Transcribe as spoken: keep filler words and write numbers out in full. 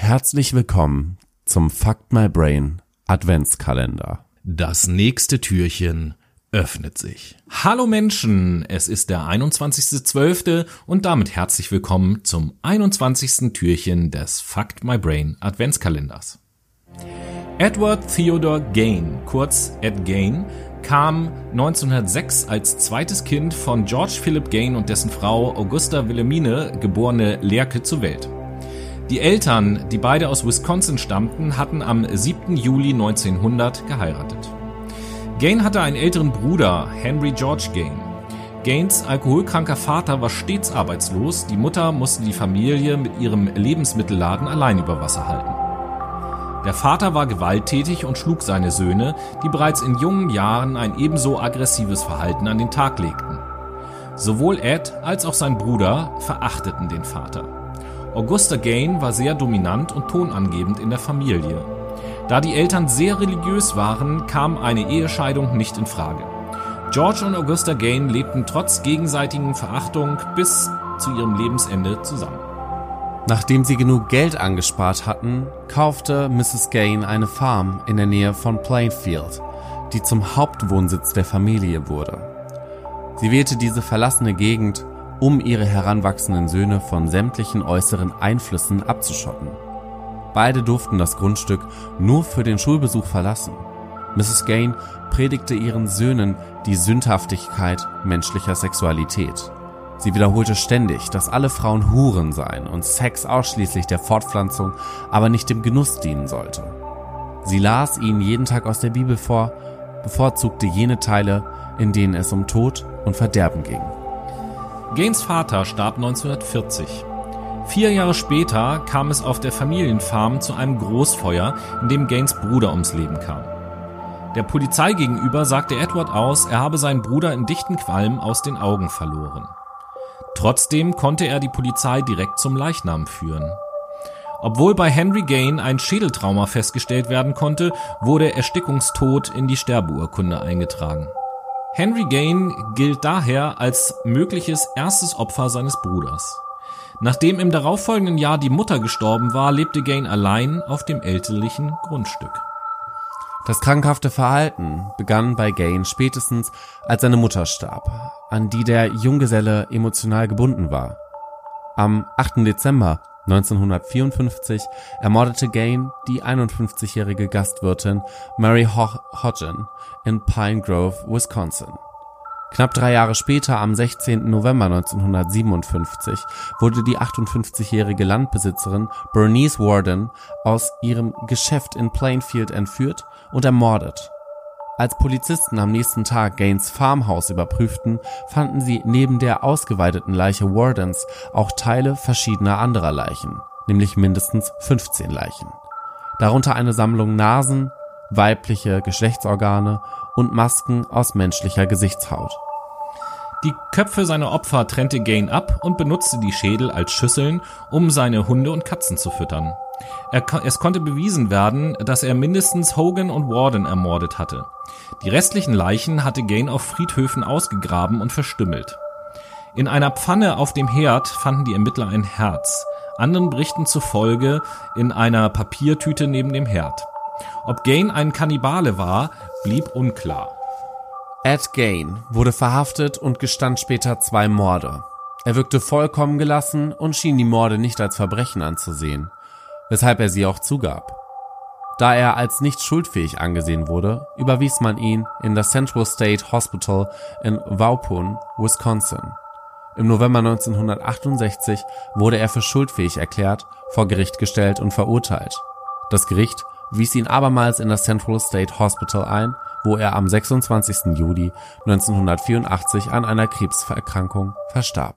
Herzlich willkommen zum Fuck My Brain Adventskalender. Das nächste Türchen öffnet sich. Hallo Menschen, es ist der einundzwanzigster zwölfter und damit herzlich willkommen zum einundzwanzigsten Türchen des Fuck My Brain Adventskalenders. Edward Theodore Gain, kurz Ed Gain, kam neunzehnhundertsechs als zweites Kind von George Philip Gain und dessen Frau Augusta Wilhelmine, geborene Lerche, zur Welt. Die Eltern, die beide aus Wisconsin stammten, hatten am siebten Juli neunzehnhundert geheiratet. Gain hatte einen älteren Bruder, Henry George Gain. Gains alkoholkranker Vater war stets arbeitslos, die Mutter musste die Familie mit ihrem Lebensmittelladen allein über Wasser halten. Der Vater war gewalttätig und schlug seine Söhne, die bereits in jungen Jahren ein ebenso aggressives Verhalten an den Tag legten. Sowohl Ed als auch sein Bruder verachteten den Vater. Augusta Gain war sehr dominant und tonangebend in der Familie. Da die Eltern sehr religiös waren, kam eine Ehescheidung nicht in Frage. George und Augusta Gain lebten trotz gegenseitigen Verachtung bis zu ihrem Lebensende zusammen. Nachdem sie genug Geld angespart hatten, kaufte Misses Gain eine Farm in der Nähe von Plainfield, die zum Hauptwohnsitz der Familie wurde. Sie wählte diese verlassene Gegend, um ihre heranwachsenden Söhne von sämtlichen äußeren Einflüssen abzuschotten. Beide durften das Grundstück nur für den Schulbesuch verlassen. Misses Gain predigte ihren Söhnen die Sündhaftigkeit menschlicher Sexualität. Sie wiederholte ständig, dass alle Frauen Huren seien und Sex ausschließlich der Fortpflanzung, aber nicht dem Genuss dienen sollte. Sie las ihnen jeden Tag aus der Bibel vor, bevorzugte jene Teile, in denen es um Tod und Verderben ging. Gains Vater starb neunzehnhundertvierzig. Vier Jahre später kam es auf der Familienfarm zu einem Großfeuer, in dem Gains Bruder ums Leben kam. Der Polizei gegenüber sagte Edward aus, er habe seinen Bruder in dichten Qualm aus den Augen verloren. Trotzdem konnte er die Polizei direkt zum Leichnam führen. Obwohl bei Henry Gain ein Schädeltrauma festgestellt werden konnte, wurde Erstickungstod in die Sterbeurkunde eingetragen. Henry Gain gilt daher als mögliches erstes Opfer seines Bruders. Nachdem im darauffolgenden Jahr die Mutter gestorben war, lebte Gain allein auf dem elterlichen Grundstück. Das krankhafte Verhalten begann bei Gain spätestens, als seine Mutter starb, an die der Junggeselle emotional gebunden war. Am achten Dezember neunzehnhundertvierundfünfzig ermordete Gain die einundfünfzigjährige Gastwirtin Mary Ho- Hodgen in Pine Grove, Wisconsin. Knapp drei Jahre später, am sechzehnten November neunzehnhundertsiebenundfünfzig, wurde die achtundfünfzigjährige Landbesitzerin Bernice Warden aus ihrem Geschäft in Plainfield entführt und ermordet. Als Polizisten am nächsten Tag Gains Farmhaus überprüften, fanden sie neben der ausgeweideten Leiche Wardens auch Teile verschiedener anderer Leichen, nämlich mindestens fünfzehn Leichen. Darunter eine Sammlung Nasen, weibliche Geschlechtsorgane und Masken aus menschlicher Gesichtshaut. Die Köpfe seiner Opfer trennte Gain ab und benutzte die Schädel als Schüsseln, um seine Hunde und Katzen zu füttern. Er, es konnte bewiesen werden, dass er mindestens Hogan und Warden ermordet hatte. Die restlichen Leichen hatte Gain auf Friedhöfen ausgegraben und verstümmelt. In einer Pfanne auf dem Herd fanden die Ermittler ein Herz, anderen Berichten zufolge in einer Papiertüte neben dem Herd. Ob Gain ein Kannibale war, blieb unklar. Ed Gain wurde verhaftet und gestand später zwei Morde. Er wirkte vollkommen gelassen und schien die Morde nicht als Verbrechen anzusehen, weshalb er sie auch zugab. Da er als nicht schuldfähig angesehen wurde, überwies man ihn in das Central State Hospital in Waupun, Wisconsin. Im November neunzehnhundertachtundsechzig wurde er für schuldfähig erklärt, vor Gericht gestellt und verurteilt. Das Gericht wies ihn abermals in das Central State Hospital ein, wo er am sechsundzwanzigsten Juli neunzehnhundertvierundachtzig an einer Krebserkrankung verstarb.